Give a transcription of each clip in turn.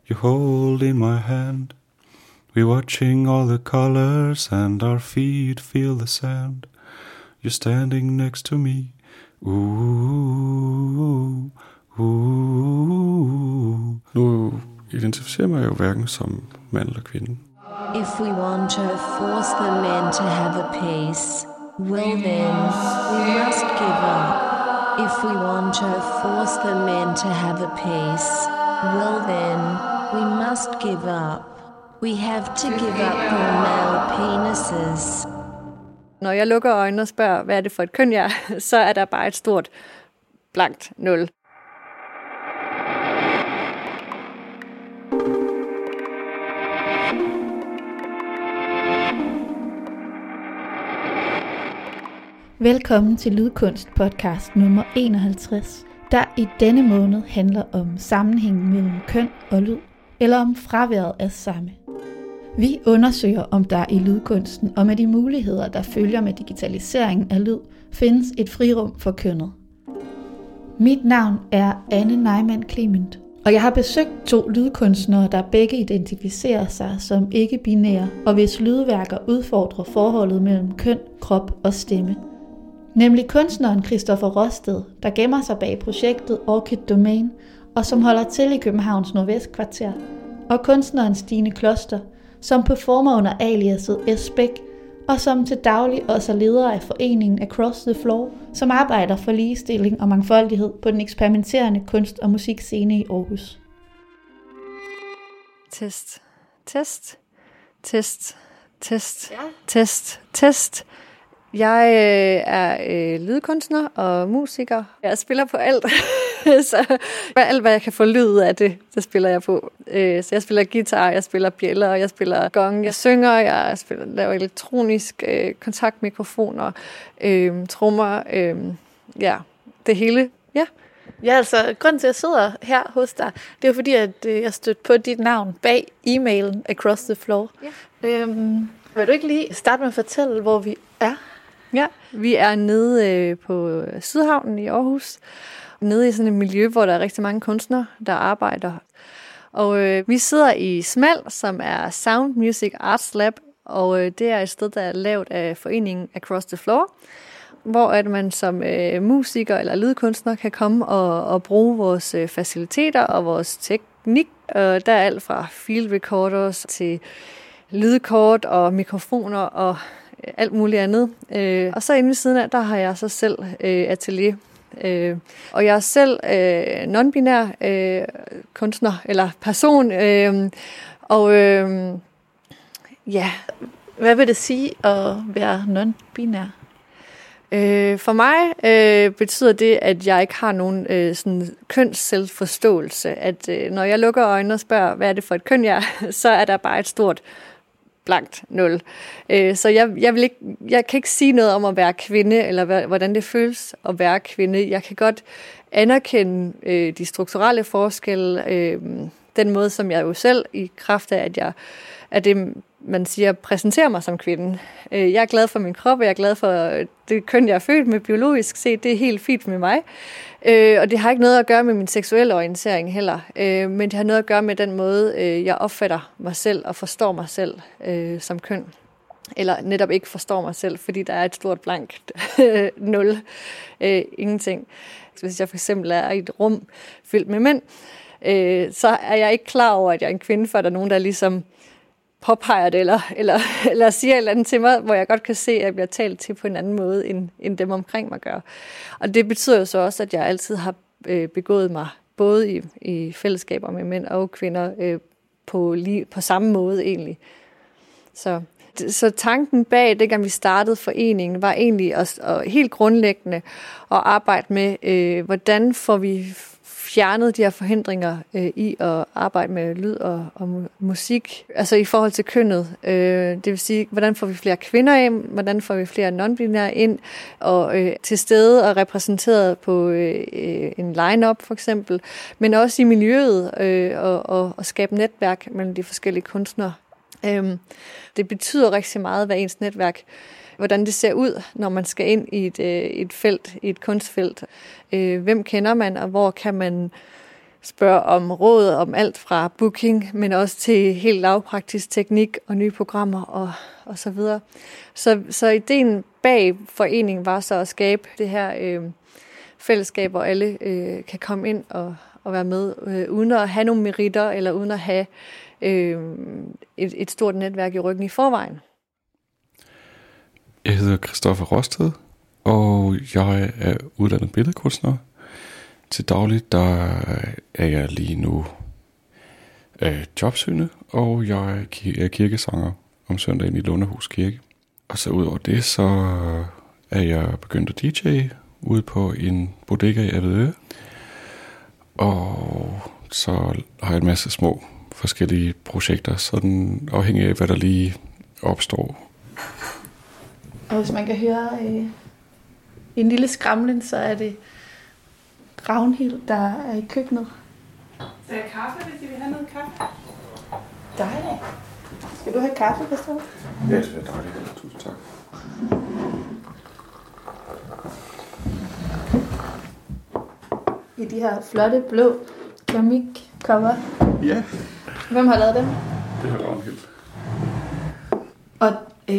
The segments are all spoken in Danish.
you hold in my hand. We're watching all the colors and our feet feel the sand. You're standing next to me. Ooh, ooh. Nu identificerer mig jo hverken som mand eller kvinde. If we want to force the men to have a peace, well then, we must give up. If we want to force the men to have a peace, well then, we must give up. We have to give up our male penises. Når jeg lukker øjnene og spørger, hvad er det for et køn jeg er, så er der bare et stort, blankt 0. Velkommen til Lydkunst podcast nummer 51, der i denne måned handler om sammenhængen mellem køn og lyd, eller om fraværet af samme. Vi undersøger, om der i lydkunsten og med de muligheder, der følger med digitaliseringen af lyd, findes et frirum for kønnet. Mit navn er Anne Neumann Clement, og jeg har besøgt 2 lydkunstnere, der begge identificerer sig som ikke-binære, og hvis lydværker udfordrer forholdet mellem køn, krop og stemme. Nemlig kunstneren Christoffer Rosted, der gemmer sig bag projektet Orchid Domain, og som holder til i Københavns Nordvestkvarter, og kunstneren Stine Kloster, som performer under aliaset S. Bæk, og som til daglig også er leder af foreningen Across the Floor, som arbejder for ligestilling og mangfoldighed på den eksperimenterende kunst- og musikscene i Aarhus. Test, test, test, test, test, test. Jeg er lydkunstner og musiker. Jeg spiller på alt. Så alt, hvad jeg kan få lyd ud af det spiller jeg på. Så jeg spiller guitar, jeg spiller bjælder, jeg spiller gong, jeg synger, jeg laver elektronisk kontaktmikrofoner, trommer, det hele. Ja. Ja, altså, grunden til, at jeg sidder her hos dig, det er fordi, at jeg stødte på dit navn bag e-mailen Across the Floor. Ja. Vil du ikke lige starte med at fortælle, hvor vi er? Ja, vi er nede på Sydhavnen i Aarhus. Nede i sådan et miljø, hvor der er rigtig mange kunstnere, der arbejder. Og vi sidder i SMAL, som er Sound Music Arts Lab. Og det er et sted, der er lavet af foreningen Across the Floor, hvor at man som musiker eller lydkunstner kan komme og bruge vores faciliteter og vores teknik. Der er alt fra field recorders til lydkort og mikrofoner og alt muligt andet. Og så inde ved siden af, der har jeg så selv atelier. Og jeg er selv non-binær kunstner eller person. Hvad vil det sige at være non-binær? For mig betyder det, at jeg ikke har nogen sådan kønsselvforståelse. At når jeg lukker øjnene og spørger, hvad er det for et køn jeg er, så er der bare et stort blankt 0. Så jeg kan ikke sige noget om at være kvinde, eller hvordan det føles at være kvinde. Jeg kan godt anerkende de strukturelle forskelle, den måde, som jeg jo selv, i kraft af, at det, man siger, præsenterer mig som kvinde. Jeg er glad for min krop, og jeg er glad for det køn, jeg er født med biologisk set. Det er helt fint med mig. Og det har ikke noget at gøre med min seksuelle orientering heller. Men det har noget at gøre med den måde, jeg opfatter mig selv og forstår mig selv som køn. Eller netop ikke forstår mig selv, fordi der er et stort blankt 0. Ingenting. Hvis jeg for eksempel er i et rum fyldt med mænd, så er jeg ikke klar over, at jeg er en kvinde, for der er nogen, der ligesom påpeger det, eller siger et eller andet til mig, hvor jeg godt kan se, at jeg bliver talt til på en anden måde, end dem omkring mig gør. Og det betyder jo så også, at jeg altid har begået mig, både i fællesskaber med mænd og kvinder, på samme måde egentlig. Så tanken bag, dengang vi startede foreningen, var egentlig at helt grundlæggende at arbejde med, hvordan får vi fjernet de her forhindringer i at arbejde med lyd og musik, altså i forhold til kønnet. Det vil sige, hvordan får vi flere kvinder ind, hvordan får vi flere non-binære ind, og til stede og repræsenteret på en line-up for eksempel, men også i miljøet og skabe netværk mellem de forskellige kunstnere. Det betyder rigtig meget, hvad ens netværk, hvordan det ser ud, når man skal ind i et felt, i et kunstfelt. Hvem kender man, og hvor kan man spørger om råd om alt fra booking, men også til helt lavpraktisk teknik og nye programmer og så videre. Så ideen bag foreningen var så at skabe det her fællesskab, hvor alle kan komme ind og være med, uden at have nogle meritter, eller uden at have et stort netværk i ryggen i forvejen. Jeg hedder Christoffer Rosted, og jeg er uddannet billedkunstner. Til dagligt der er jeg lige nu jobsøgende, og jeg er kirkesanger om søndagen i Lundehus Kirke. Og så ud over det, så er jeg begyndt at DJ ude på en bodega i Avedøre. Og så har jeg en masse små forskellige projekter, sådan afhængig af, hvad der lige opstår. Og hvis man kan høre en lille skramlen, så er det Ragnhild, der er i køkkenet. Der er kaffe, hvis I vil have noget kaffe. Dejligt. Skal du have kaffe, Christoffer? Ja, det er dejligt. Tusind tak. I de her flotte, blå keramikkopper. Ja. Hvem har lavet dem? Det har Ragnhild. Og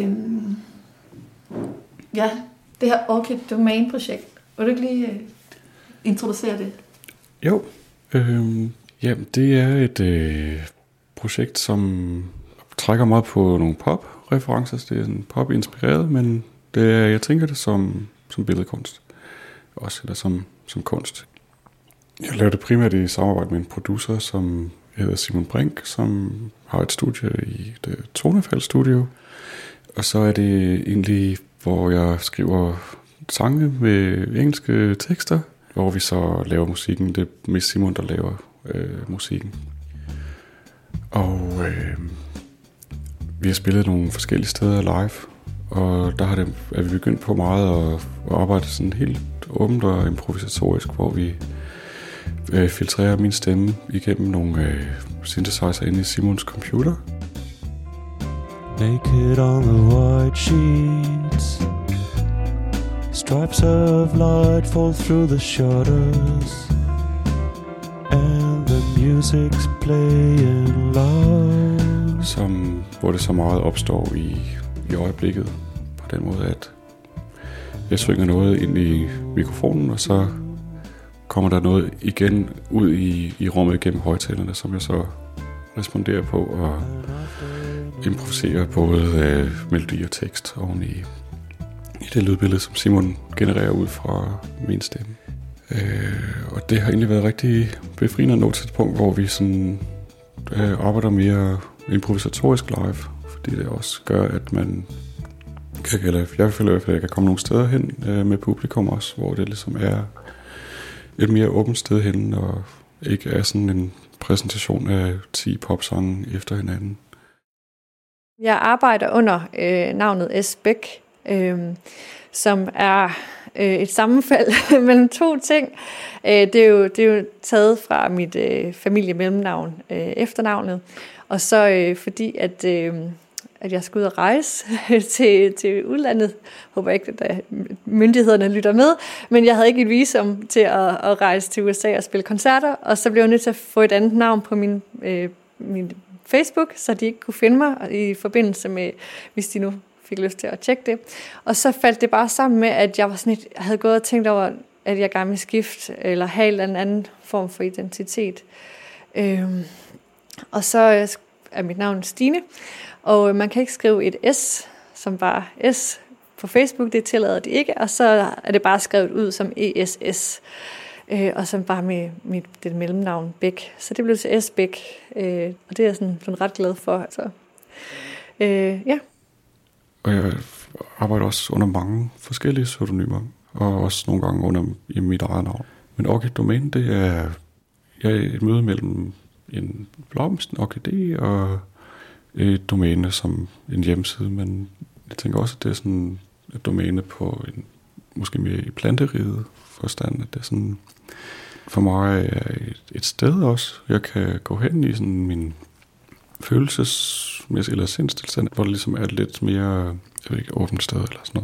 ja, det her Orchid Domain-projekt. Vil du ikke lige introducere det? Jo. Jamen, det er et projekt, som trækker meget på nogle pop-referencer. Det er sådan pop-inspireret, men jeg tænker det som billedkunst. Også eller som kunst. Jeg lavede det primært i samarbejde med en producer, som hedder Simon Brink, som har et studie i det Tonefald Studio. Og så er det egentlig, hvor jeg skriver sange med engelske tekster, hvor vi så laver musikken. Det er mest Simon, der laver musikken. Og vi har spillet nogle forskellige steder live, og der er vi begyndt på meget at arbejde sådan helt åbent og improvisatorisk, hvor vi filtrerer min stemme igennem nogle synthesizer inde i Simons computer. Naked on the white sheets, stripes of light fall through the shutters, and the music's playing loud. Hvor det så meget opstår i øjeblikket, på den måde, at jeg synger noget ind i mikrofonen, og så kommer der noget igen ud i rummet gennem højtalerne, som jeg så responderer på og improviserer både melodi og tekst oven i det lydbillede, som Simon genererer ud fra min stemme. Og det har egentlig været rigtig befriende at nå til et punkt, hvor vi sådan arbejder mere improvisatorisk live, fordi det også gør, at man jeg føler i hvert fald, at jeg kan komme nogle steder hen med publikum også, hvor det ligesom er et mere åbent sted hen, og ikke er sådan en præsentation af 10 popsange efter hinanden. Jeg arbejder under navnet S. Bæk, som er et sammenfald mellem to ting. Det er jo taget fra mit familiemellemnavn, efternavnet, og så fordi at jeg skal ud og rejse til udlandet. Håber ikke, at myndighederne lytter med, men jeg havde ikke et visum til at rejse til USA og spille koncerter, og så blev jeg nødt til at få et andet navn på min Facebook, så de ikke kunne finde mig i forbindelse med, hvis de nu fik lyst til at tjekke det. Og så faldt det bare sammen med, at jeg var sådan jeg havde gået og tænkt over, at jeg gerne ville skifte, eller have en eller anden form for identitet. Og så er mit navn Stine, og man kan ikke skrive et S, som bare S på Facebook, det tillader de ikke, og så er det bare skrevet ud som ESS, og så bare med det mellemnavn Bæk. Så det blev til S. Bæk, og det er jeg sådan ret glad for. Altså. Ja. Og jeg arbejder også under mange forskellige pseudonymer, og også nogle gange under i mit eget navn. Men Orchid Domain, det er et møde mellem en blomst, en orkidé og et domæne som en hjemmeside, men jeg tænker også, at det er sådan et domæne på en måske mere i planteriget forstand, at det er sådan for mig er et sted også. Jeg kan gå hen i sådan min følelsesmæssige eller sindstilstand, hvor det ligesom er et lidt mere åbent sted eller sådan noget.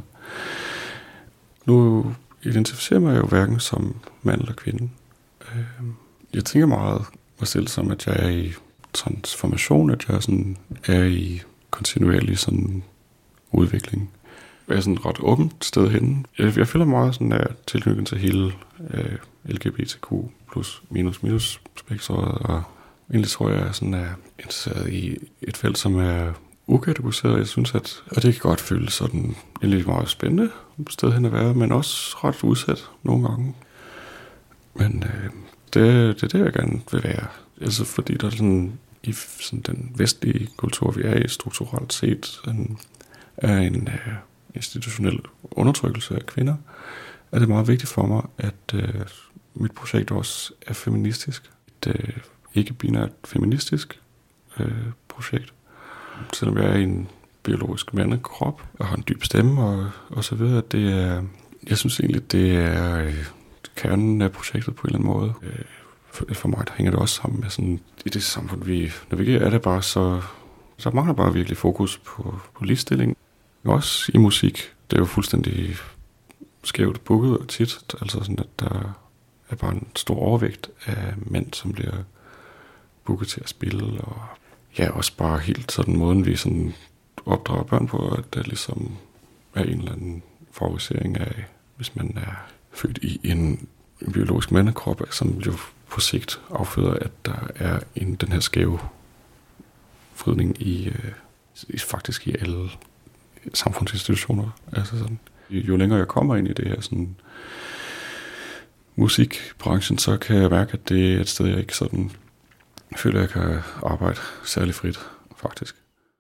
Nu identificerer mig jo hverken som mand eller kvinde. Jeg tænker meget mig selv som, at jeg er i transformation, at jeg sådan er i kontinuerlig sådan udvikling. Jeg er sådan et ret åbent sted henne. Jeg føler meget sådan af tilknytning til hele LGBTQ plus spektret, og egentlig tror jeg, at jeg er interesseret i et felt, som er ukategoriseret. Jeg synes, at det kan godt føles sådan en lidt meget spændende sted hen at være, men også ret udsat nogle gange. Men det er det, jeg gerne vil være. Altså fordi der er sådan, i sådan den vestlige kultur, vi er i strukturelt set, er en institutionel undertrykkelse af kvinder, er det meget vigtigt for mig, at mit projekt også er feministisk. Et ikke-binært feministisk projekt. Selvom jeg er i en biologisk mandekrop og har en dyb stemme og så videre, det er, jeg synes egentlig, det er kernen af projektet på en eller anden måde. For mig der hænger det også sammen med sådan, i det samfund, vi navigerer, er det bare så, der mangler bare virkelig fokus på ligestilling. Også i musik, det er jo fuldstændig skævt booket tit, altså sådan, at der er bare en stor overvægt af mænd, som bliver booket til at spille, og ja, også bare helt sådan måden, vi sådan opdrager børn på, at det ligesom er en eller anden favorisering af, hvis man er født i en biologisk mandekrop, som jo på sigt afføder, at der er den her skæve fridning faktisk i alle samfundsinstitutioner. Altså sådan, jo længere jeg kommer ind i det her sådan musikbranchen, så kan jeg mærke, at det er et sted, jeg ikke sådan føler, jeg kan arbejde særlig frit, faktisk.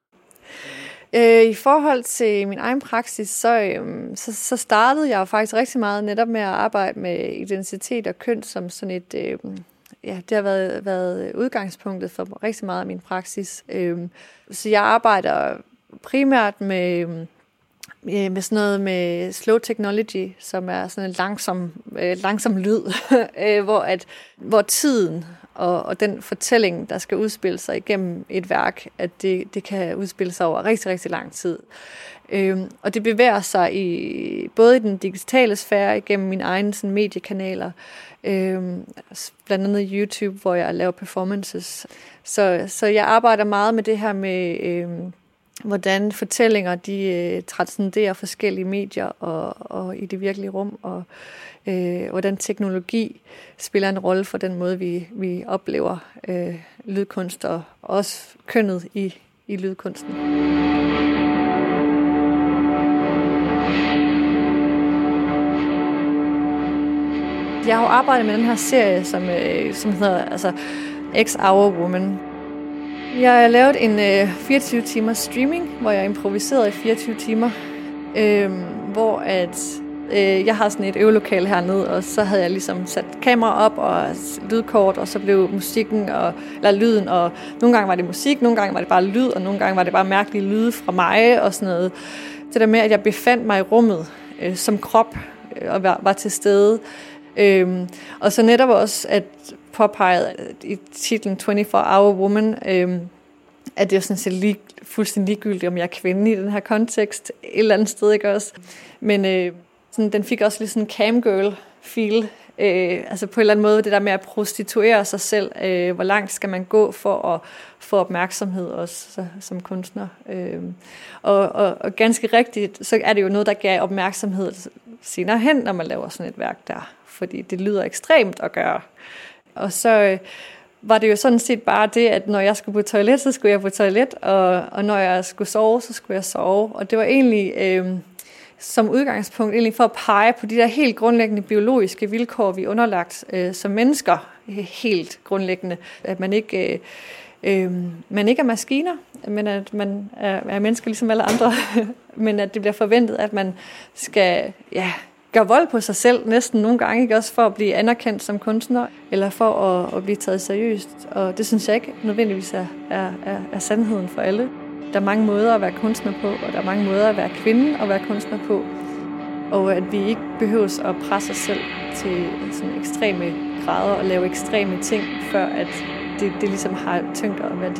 I forhold til min egen praksis, så startede jeg jo faktisk rigtig meget netop med at arbejde med identitet og køn som sådan et, det har været udgangspunktet for rigtig meget af min praksis. Så jeg arbejder primært med sådan noget med slow technology, som er sådan en langsom lyd, hvor tiden og den fortælling, der skal udspille sig igennem et værk, at det kan udspille sig over rigtig, rigtig lang tid. Og det bevæger sig både i den digitale sfære, igennem mine egne sådan, mediekanaler, blandt andet YouTube, hvor jeg laver performances. Så jeg arbejder meget med det her med hvordan fortællinger de transcenderer forskellige medier og i det virkelige rum, og hvordan teknologi spiller en rolle for den måde, vi oplever lydkunst og også kønnet i lydkunsten. Jeg har jo arbejdet med den her serie, som hedder X-Hour Woman. Jeg har lavet en 24 timers streaming, hvor jeg improviserede i 24 timer, hvor jeg har sådan et øvelokale hernede, og så havde jeg ligesom sat kamera op og lydkort, og så blev musikken eller lyden, og nogle gange var det musik, nogle gange var det bare lyd, og nogle gange var det bare mærkelige lyde fra mig og sådan noget. Det der med, at jeg befandt mig i rummet som krop og var til stede. Og så netop også at påpeget i titlen 24-Hour Woman, at det er sådan set fuldstændig ligegyldigt, om jeg er kvinde i den her kontekst, et eller andet sted, ikke også? Men sådan, den fik også lidt sådan en camgirl-feel, altså på en eller anden måde, det der med at prostituere sig selv, hvor langt skal man gå for at få opmærksomhed også som kunstner. Og ganske rigtigt, så er det jo noget, der gav opmærksomhed senere hen, når man laver sådan et værk der, fordi det lyder ekstremt at gøre. Og så var det jo sådan set bare det, at når jeg skulle på toilet, så skulle jeg på toilet, og når jeg skulle sove, så skulle jeg sove. Og det var egentlig som udgangspunkt egentlig for at pege på de der helt grundlæggende biologiske vilkår, vi er underlagt som mennesker, helt grundlæggende. At man ikke er maskiner, men at man er mennesker ligesom alle andre, men at det bliver forventet, at man skal gøre vold på sig selv næsten nogle gange, ikke også for at blive anerkendt som kunstner, eller for at blive taget seriøst. Og det synes jeg ikke nødvendigvis er sandheden for alle. Der er mange måder at være kunstner på, og der er mange måder at være kvinde og være kunstner på. Og at vi ikke behøves at presse os selv til sådan ekstreme grader og lave ekstreme ting, før at det ligesom har tyngde og værdi.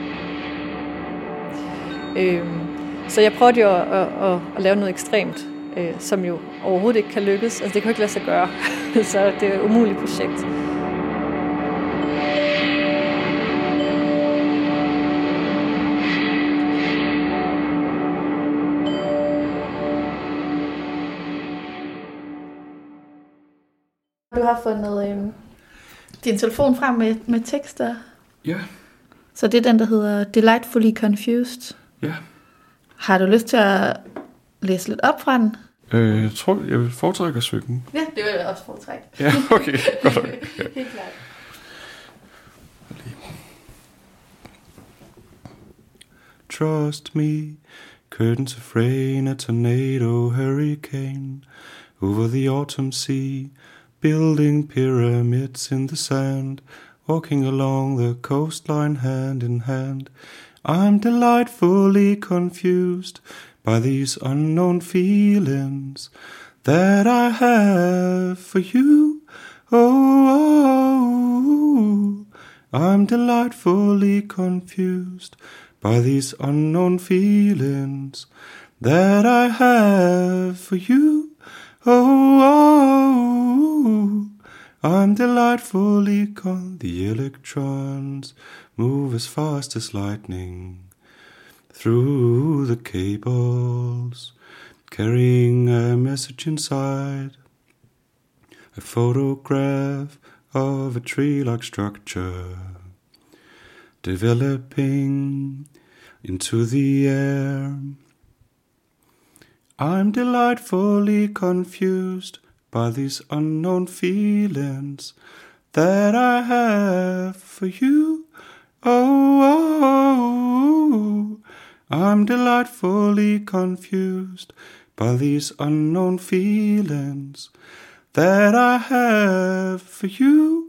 Så jeg prøvede jo at lave noget ekstremt som jo overhovedet ikke kan lykkes. Altså det kan jo ikke lade sig gøre, så det er et umuligt projekt. Du har fundet din telefon frem med tekster. Ja. Så det er den, der hedder Delightfully Confused. Ja. Har du lyst til at læse lidt op fra den? Jeg tror, jeg vil foretrække at synge. Ja, det vil jeg også foretrække. Ja, okay. Godt. Ja. Helt klart. Trust me, curtains of rain, a tornado, hurricane, over the autumn sea, building pyramids in the sand, walking along the coastline hand in hand. I'm delightfully confused by these unknown feelings that I have for you. Oh, I'm delightfully confused by these unknown feelings that I have for you. Oh, I'm delightfully the electrons move as fast as lightning through the cables, carrying a message inside, a photograph of a tree-like structure developing into the air. I'm delightfully confused by these unknown feelings that I have for you. Oh, I'm delightfully confused by these unknown feelings that I have for you.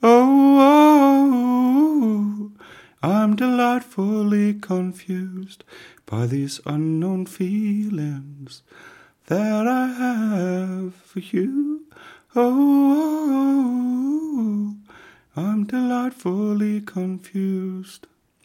Oh, I'm delightfully confused by these unknown feelings that I have for you. Oh, I'm delightfully confused.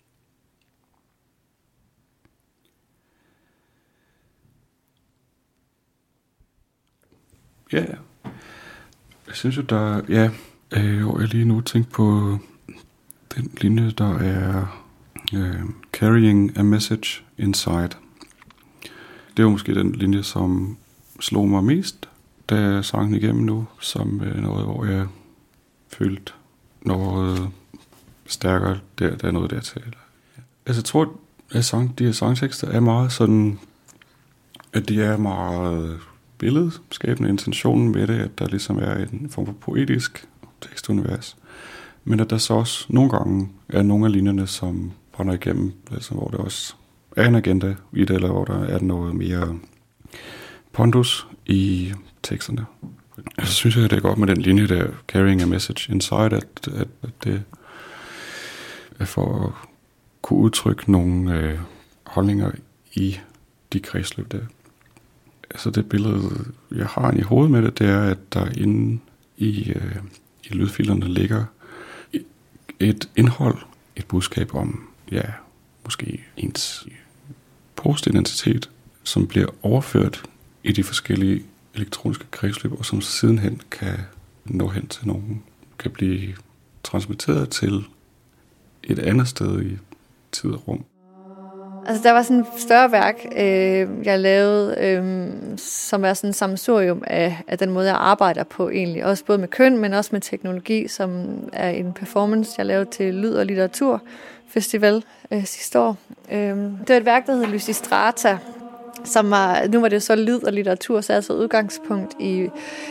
Ja, jeg synes jo, der hvor jeg lige nu tænkte på den linje, der er carrying a message inside. Det var måske den linje, som slog mig mest, da jeg sang den igennem nu, som noget, hvor jeg følte noget stærkere, der er noget dertil. Altså jeg tror, at de her sangtekster er meget sådan, at de er meget billedskabende. Intentionen med det, at der ligesom er en form for poetisk tekstunivers. Men at der så også nogle gange er nogle af linjerne, som brænder igennem, altså hvor der også er en agenda i det, eller hvor der er noget mere pondus i teksterne. Så synes jeg, det er godt med den linje der, carrying a message inside, at det er for at kunne udtrykke nogle holdninger i de kredsløb der. Altså det billede, jeg har i hovedet med det, det er, at der inde i lydfilerne ligger et indhold, et budskab om, måske ens postidentitet, som bliver overført i de forskellige elektroniske kredsløb, og som sidenhen kan nå hen til nogen, kan blive transmitteret til et andet sted i tid og rum. Altså der var sådan et større værk, jeg lavede, som er sådan et sammensurium af den måde, jeg arbejder på egentlig. Også både med køn, men også med teknologi, som er en performance, jeg lavede til Lyd- og Litteraturfestival sidste år. Det var et værk, der hedder Lysistrata, som var, nu var det så lyd og litteratur, så altså udgangspunkt i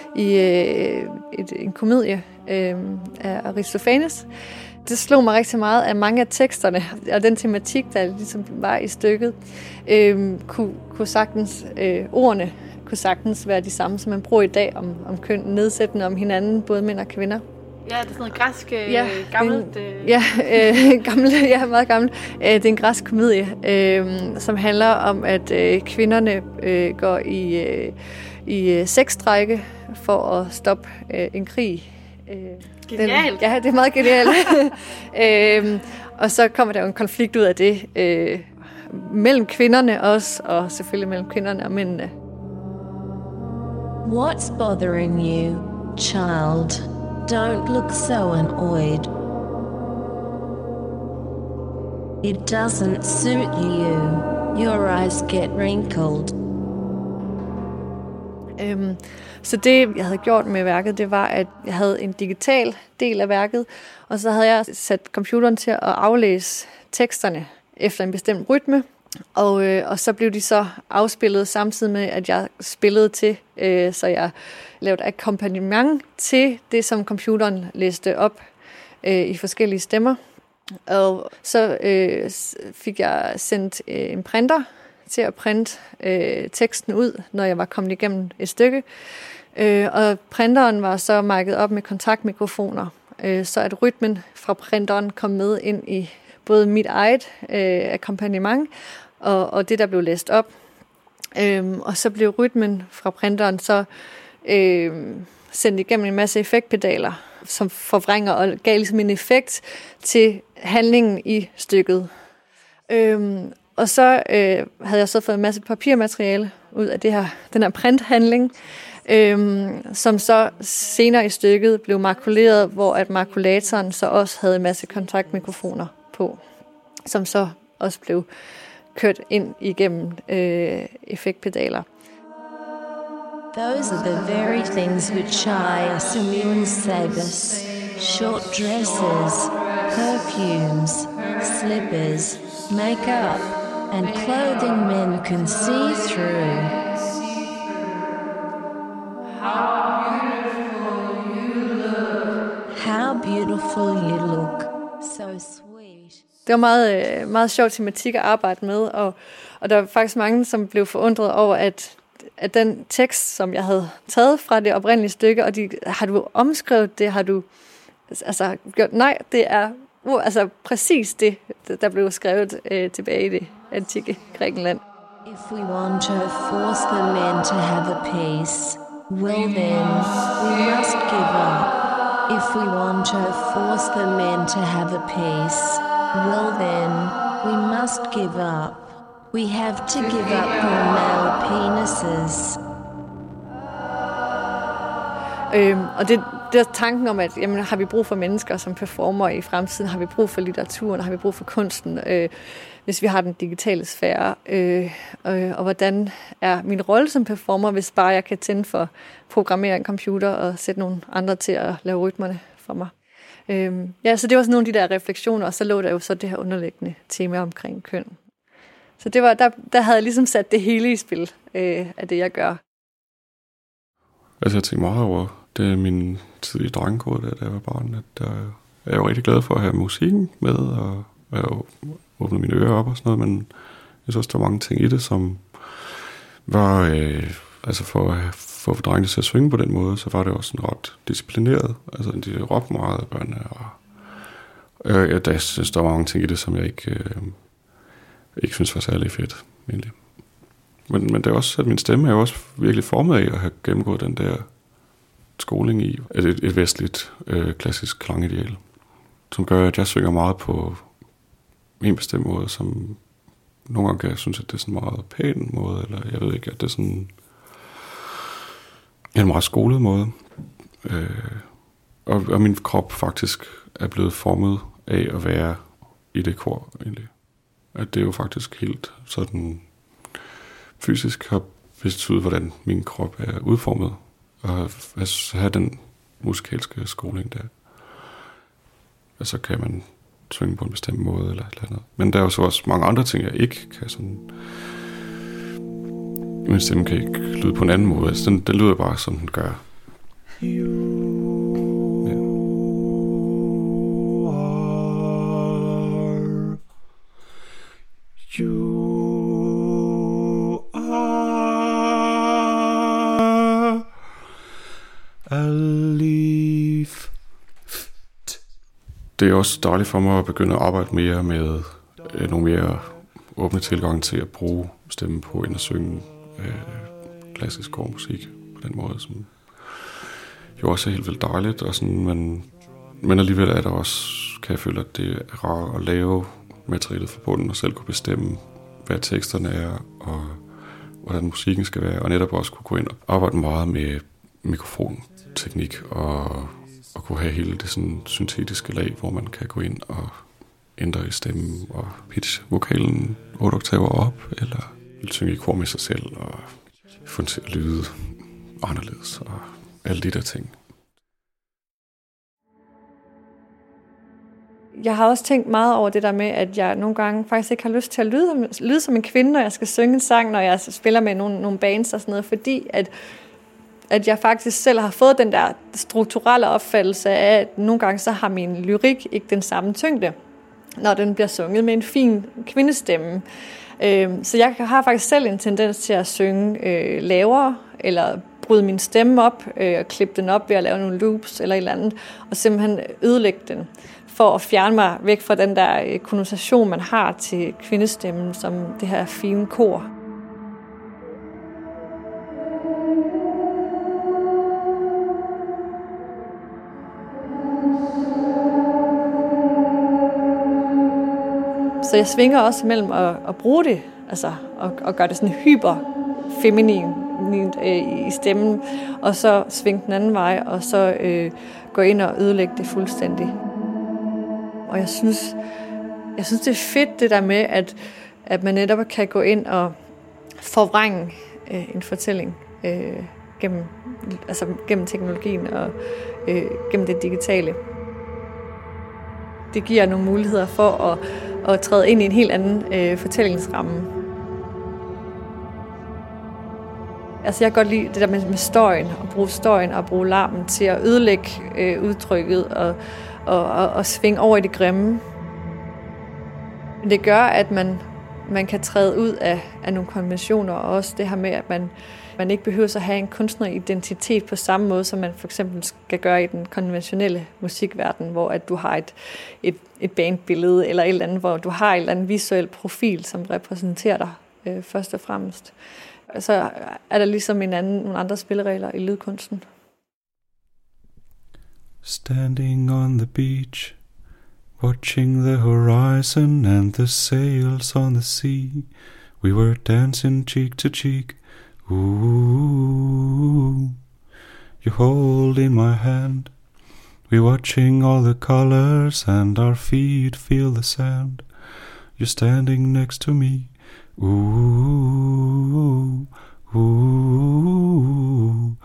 en komedie af Aristophanes. Det slog mig rigtig meget, at mange af teksterne og den tematik, der ligesom var i stykket, kunne sagtens, ordene kunne sagtens være de samme, som man bruger i dag om køn, nedsættende om hinanden, både mænd og kvinder. Ja, det er sådan noget græsk, gammelt. Meget gammelt. Det er en græsk komedie, som handler om, at kvinderne går i sexstrejke for at stoppe en krig. Genialt. Ja, det er meget genialt. Og så kommer der jo en konflikt ud af det, mellem kvinderne også, og selvfølgelig mellem kvinderne og mændene. What's bothering you, child? Don't look so annoyed. It doesn't suit you. Your eyes get wrinkled. Så det, jeg havde gjort med værket, det var, at jeg havde en digital del af værket, og så havde jeg sat computeren til at aflæse teksterne efter en bestemt rytme, og så blev de så afspillet samtidig med, at jeg spillede til, så jeg lavede akkompagnement til det, som computeren læste op i forskellige stemmer. Og så fik jeg sendt en printer til at printe teksten ud, når jeg var kommet igennem et stykke. Og printeren var så market op med kontaktmikrofoner, så at rytmen fra printeren kom med ind i både mit eget akkompagnement og det, der blev læst op. Og så blev rytmen fra printeren så sendt igennem en masse effektpedaler, som forvrænger og gav ligesom en effekt til handlingen i stykket. Og så havde jeg så fået en masse papirmateriale ud af den her printhandling, som så senere i stykket blev makuleret, hvor at makulatoren så også havde en masse kontaktmikrofoner på, som så også blev kørt ind igennem effektpedaler. Those are the very things which I assume save us. Short dresses, perfumes, slippers, makeup, and clothing men can see through. How beautiful you look. So sweet. Det var meget, meget sjov tematik at arbejde med, og der var faktisk mange, som blev forundret over, at den tekst, som jeg havde taget fra det oprindelige stykke, og har du omskrevet det, har du gjort? Nej, det er præcis det, der blev skrevet tilbage i det antikke Grækenland. If we want to force the men to have a peace, well then, we must give up. If we want to force the men to have a peace, well then, we must give up. We have to give up our male penises. Og det er tanken om, at jamen, har vi brug for mennesker som performer i fremtiden? Har vi brug for litteraturen? Har vi brug for kunsten? Hvis vi har den digitale sfære? Og hvordan er min rolle som performer, hvis bare jeg kan tænde for programmere en computer og sætte nogle andre til at lave rytmerne for mig? Så det var sådan nogle af de der refleksioner, og så lå der jo så det her underliggende tema omkring køn. Så det var, der havde jeg ligesom sat det hele i spil af det, jeg gør. Altså jeg tænkte meget over det min tid i drengekor, da jeg var barn, at jeg er jo rigtig glad for at have musikken med, og jeg har jo åbnet mine ører op og sådan noget, men jeg synes, der var mange ting i det, som var, for at få drengene til at synge på den måde, så var det også sådan ret disciplineret. Altså de råbte meget af børnene, og jeg synes, der var mange ting i det, som jeg ikke synes var særlig fedt, egentlig. Men det er også, at min stemme er jo også virkelig formet af at have gennemgået den der skoling i et vestligt klassisk klangideal, som gør, at jeg synger meget på en bestemt måde, som nogle gange kan jeg synes, at det er sådan en meget pæn måde, eller jeg ved ikke, at det er sådan en meget skolet måde. Og min krop faktisk er blevet formet af at være i det kor, egentlig. At det er jo faktisk helt sådan fysisk har betydet, hvordan min krop er udformet, og at have den musikalske skoling der. Og så kan man synge på en bestemt måde eller et eller andet. Men der er jo så også mange andre ting, jeg ikke kan sådan. Min stemme kan ikke lyde på en anden måde. Altså, den lyder bare, som den gør. Det er også dejligt for mig at begynde at arbejde mere med nogle mere åbne tilgang til at bruge stemmen på end at synge klassisk kormusik på den måde, som jo også er helt vildt dejligt. Og sådan, men alligevel er der også, kan jeg føle, at det er rart at lave materialet fra bunden og selv kunne bestemme, hvad teksterne er, og hvordan musikken skal være, og netop også kunne gå ind og arbejde meget med mikrofonteknik, og kunne have hele det sådan syntetiske lag, hvor man kan gå ind og ændre i stemmen og pitch vokalen 8 oktaver op, eller synge i kor med sig selv, og få den til at lyde anderledes, og alle de der ting. Jeg har også tænkt meget over det der med, at jeg nogle gange faktisk ikke har lyst til at lyde som en kvinde, når jeg skal synge en sang, når jeg spiller med nogle bands og sådan noget, fordi at jeg faktisk selv har fået den der strukturelle opfattelse af, at nogle gange så har min lyrik ikke den samme tyngde, når den bliver sunget med en fin kvindestemme. Så jeg har faktisk selv en tendens til at synge lavere, eller bryde min stemme op, og klippe den op ved at lave nogle loops eller et eller andet, og simpelthen ødelægge den, for at fjerne mig væk fra den der konnotation, man har til kvindestemmen, som det her fine kor. Så jeg svinger også mellem at bruge det, altså at gøre det sådan hyper-feminint i stemmen, og så svinge den anden vej, og så gå ind og ødelægge det fuldstændig. Og jeg synes det er fedt det der med, at man netop kan gå ind og forvrænge en fortælling gennem teknologien og gennem det digitale. Det giver nogle muligheder for at træde ind i en helt anden fortællingsramme. Altså jeg kan godt lide det der med støjen, at bruge støjen og bruge larmen til at ødelægge udtrykket og svinge over i det grimme. Men det gør, at man kan træde ud af nogle konventioner, og også det her med, at man ikke behøver at have en kunstneridentitet på samme måde, som man for eksempel skal gøre i den konventionelle musikverden, hvor at du har et bandbillede eller et eller andet, hvor du har en eller anden visuel profil, som repræsenterer dig først og fremmest. Så er der ligesom nogle andre spilleregler i lydkunsten. Standing on the beach, watching the horizon and the sails on the sea, we were dancing cheek to cheek. Ooh, you hold in my hand. We're watching all the colors and our feet feel the sand. You're standing next to me. Ooh, ooh,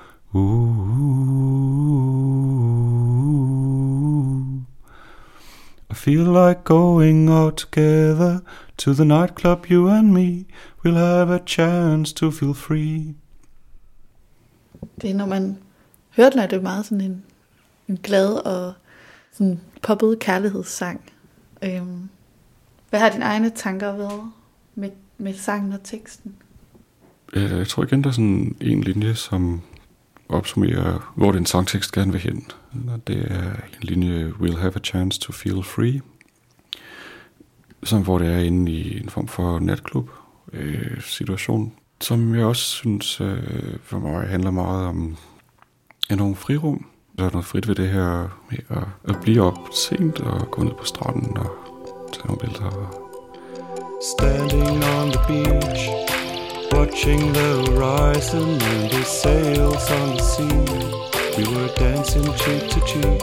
ooh. I feel like going out together to the nightclub, you and me. We'll have a chance to feel free. Det er, når man hører den, er det meget sådan en glad og sådan poppet kærlighedssang. Hvad har dine egne tanker været med sangen og teksten? Jeg tror igen, der er sådan en linje, som opsummerer, hvor den sangtekst gerne vil hen. Det er en linje, we'll have a chance to feel free. Som hvor det er inde i en form for natklub situation, som jeg også synes for mig handler meget om nogle frirum. Der er noget frit ved det her med at blive op sent og gå ned på stranden og tage nogle billeder. Standing on the beach, watching the horizon and the sails on the sea. We were dancing cheek to cheek.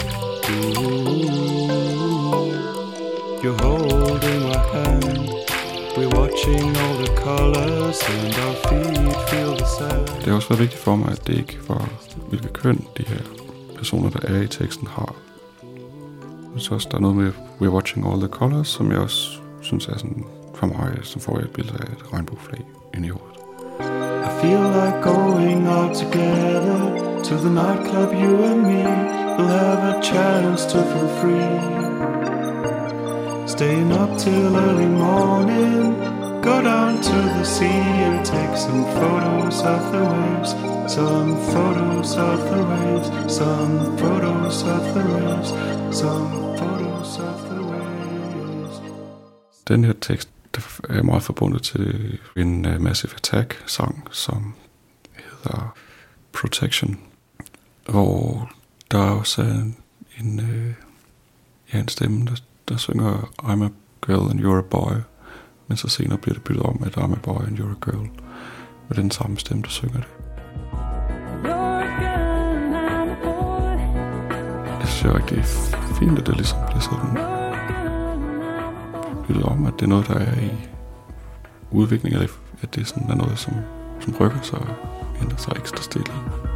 Ooh, you're holding my hand. We're watching all the colors and our feet feel the sand. Det har også været vigtigt for mig, at det ikke var, hvilke køn de her personer, der er i teksten, har. Så også der er noget med We're watching all the colors, som jeg også synes er sådan, for mig, som får jeg et billede af et regnbueflag inde i hovedet. I feel like going out together to the nightclub, you and me. We'll have a chance to feel free. Staying up till early morning, go down to the sea and take some photos of the waves. Some photos of the waves, some photos of the waves, some photos of the waves. Den her tekst er meget forbundet til en Massive Attack-sang, som hedder Protection, hvor der også er en stemme, der synger I'm a girl and you're a boy, men så senere bliver det byttet om, at I'm a boy and you're a girl. med den samme stemme, der synger det. Jeg synes, det er rigtig fint, at det ligesom bliver sådan lyttet om, at det er noget, der er i udvikling, eller at det sådan er noget, som rykker sig og ændrer sig ekstra stille.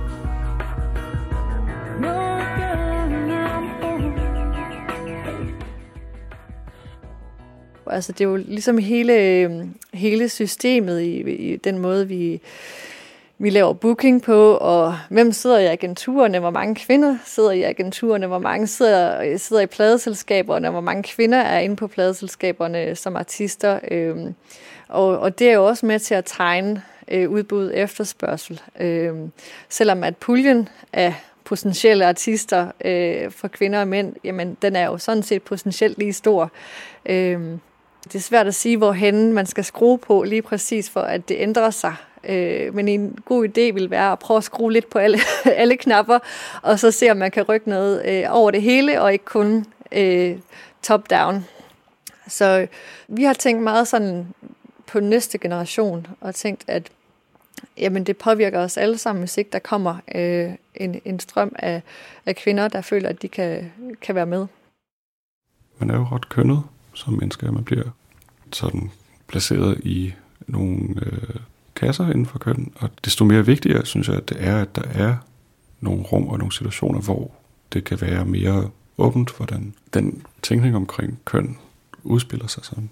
Altså det er jo ligesom hele systemet i den måde, vi laver booking på, og hvem sidder i agenturerne, hvor mange kvinder sidder i agenturerne, hvor mange sidder i pladeselskaberne, hvor mange kvinder er inde på pladeselskaberne som artister. Og det er jo også med til at tegne udbud efterspørgsel. Selvom at puljen af potentielle artister for kvinder og mænd, jamen den er jo sådan set potentielt lige stor. Det er svært at sige, hvorhen man skal skrue på lige præcis for, at det ændrer sig. Men en god idé vil være at prøve at skrue lidt på alle knapper, og så se, om man kan rykke noget over det hele, og ikke kun top-down. Så vi har tænkt meget sådan på næste generation, og tænkt, at jamen, det påvirker os alle sammen, hvis ikke der kommer en strøm af kvinder, der føler, at de kan være med. Man er jo ret kønnet som mennesker, man bliver sådan placeret i nogle kasser inden for køn, og desto mere vigtigere, synes jeg, at det er, at der er nogle rum og nogle situationer, hvor det kan være mere åbent, hvordan den tænkning omkring køn udspiller sig sådan.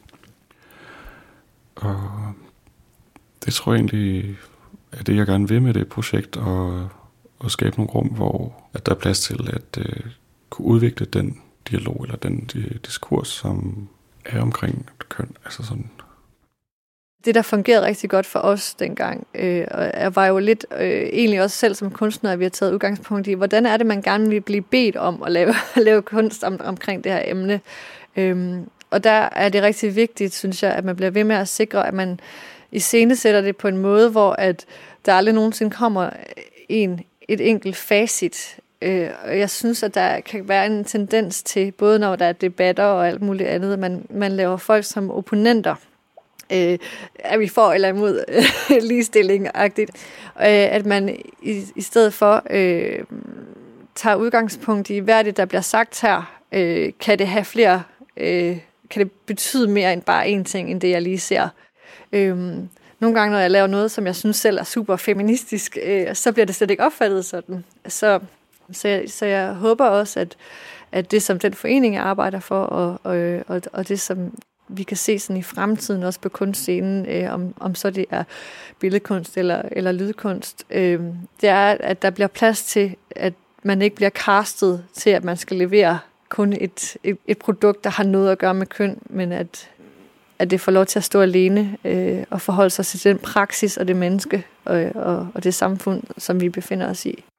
Og det tror jeg egentlig er det, jeg gerne vil med det projekt, og skabe nogle rum, hvor at der er plads til at kunne udvikle den dialog, eller den diskurs, som er omkring køn. Altså sådan. Det, der fungerede rigtig godt for os dengang, var jo lidt egentlig også selv som kunstner, at vi har taget udgangspunkt i, hvordan er det, man gerne vil blive bedt om at lave kunst omkring det her emne. Og der er det rigtig vigtigt, synes jeg, at man bliver ved med at sikre, at man iscenesætter det på en måde, hvor at der aldrig nogensinde kommer et enkelt facit. Og jeg synes, at der kan være en tendens til, både når der er debatter og alt muligt andet, at man laver folk som opponenter. Er vi for eller imod ligestilling-agtigt. At man i stedet for tager udgangspunkt i, hvad er det, der bliver sagt her? Kan det have flere... kan det betyde mere end bare én ting, end det, jeg lige ser? Nogle gange, når jeg laver noget, som jeg synes selv er super feministisk, så bliver det slet ikke opfattet sådan. Så jeg håber også, at det, som den forening jeg arbejder for, og det, som vi kan se sådan i fremtiden, også på kunstscenen, om så det er billedkunst eller lydkunst, det er, at der bliver plads til, at man ikke bliver castet til, at man skal levere kun et produkt, der har noget at gøre med køn, men at det får lov til at stå alene og forholde sig til den praksis og det menneske og det samfund, som vi befinder os i.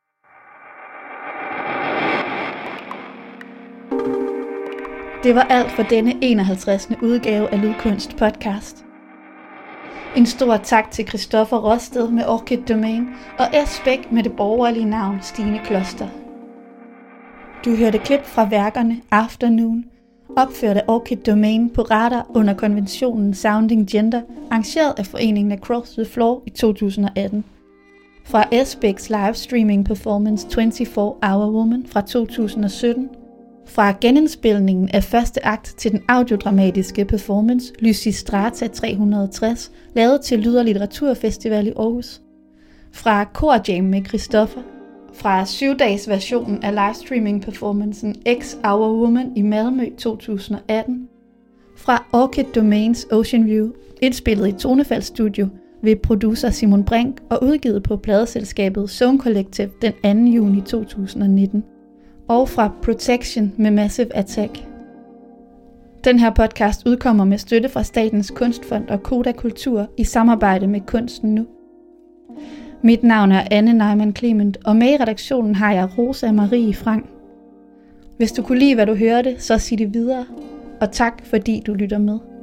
Det var alt for denne 51. udgave af Lydkunst podcast. En stor tak til Christoffer Rosted med Orchid Domain og S. Bæk med det borgerlige navn Stine Kloster. Du hørte klip fra værkerne Afternoon, opført af Orchid Domain på Radar under konventionen Sounding Gender, arrangeret af foreningen Across the Floor i 2018. Fra S. Bæks livestreaming performance 24 Hour Woman fra 2017. Fra genindspilningen af første akt til den audiodramatiske performance Lysistrata 360, lavet til Lyd- og Litteraturfestival i Aarhus. Fra Kor Jam med Christoffer. Fra 7-dages versionen af livestreaming-performancen X Hour Woman i Malmø 2018. Fra Orchid Domains Ocean View, indspillet i Tonefald Studio ved producer Simon Brink og udgivet på pladeselskabet Zone Collective den 2. juni 2019. Og fra Protection med Massive Attack. Den her podcast udkommer med støtte fra Statens Kunstfond og Koda Kultur i samarbejde med Kunsten Nu. Mit navn er Anne Neumann Clement, og med i redaktionen har jeg Rosa Marie Frank. Hvis du kunne lide, hvad du hørte, så sig det videre, og tak fordi du lytter med.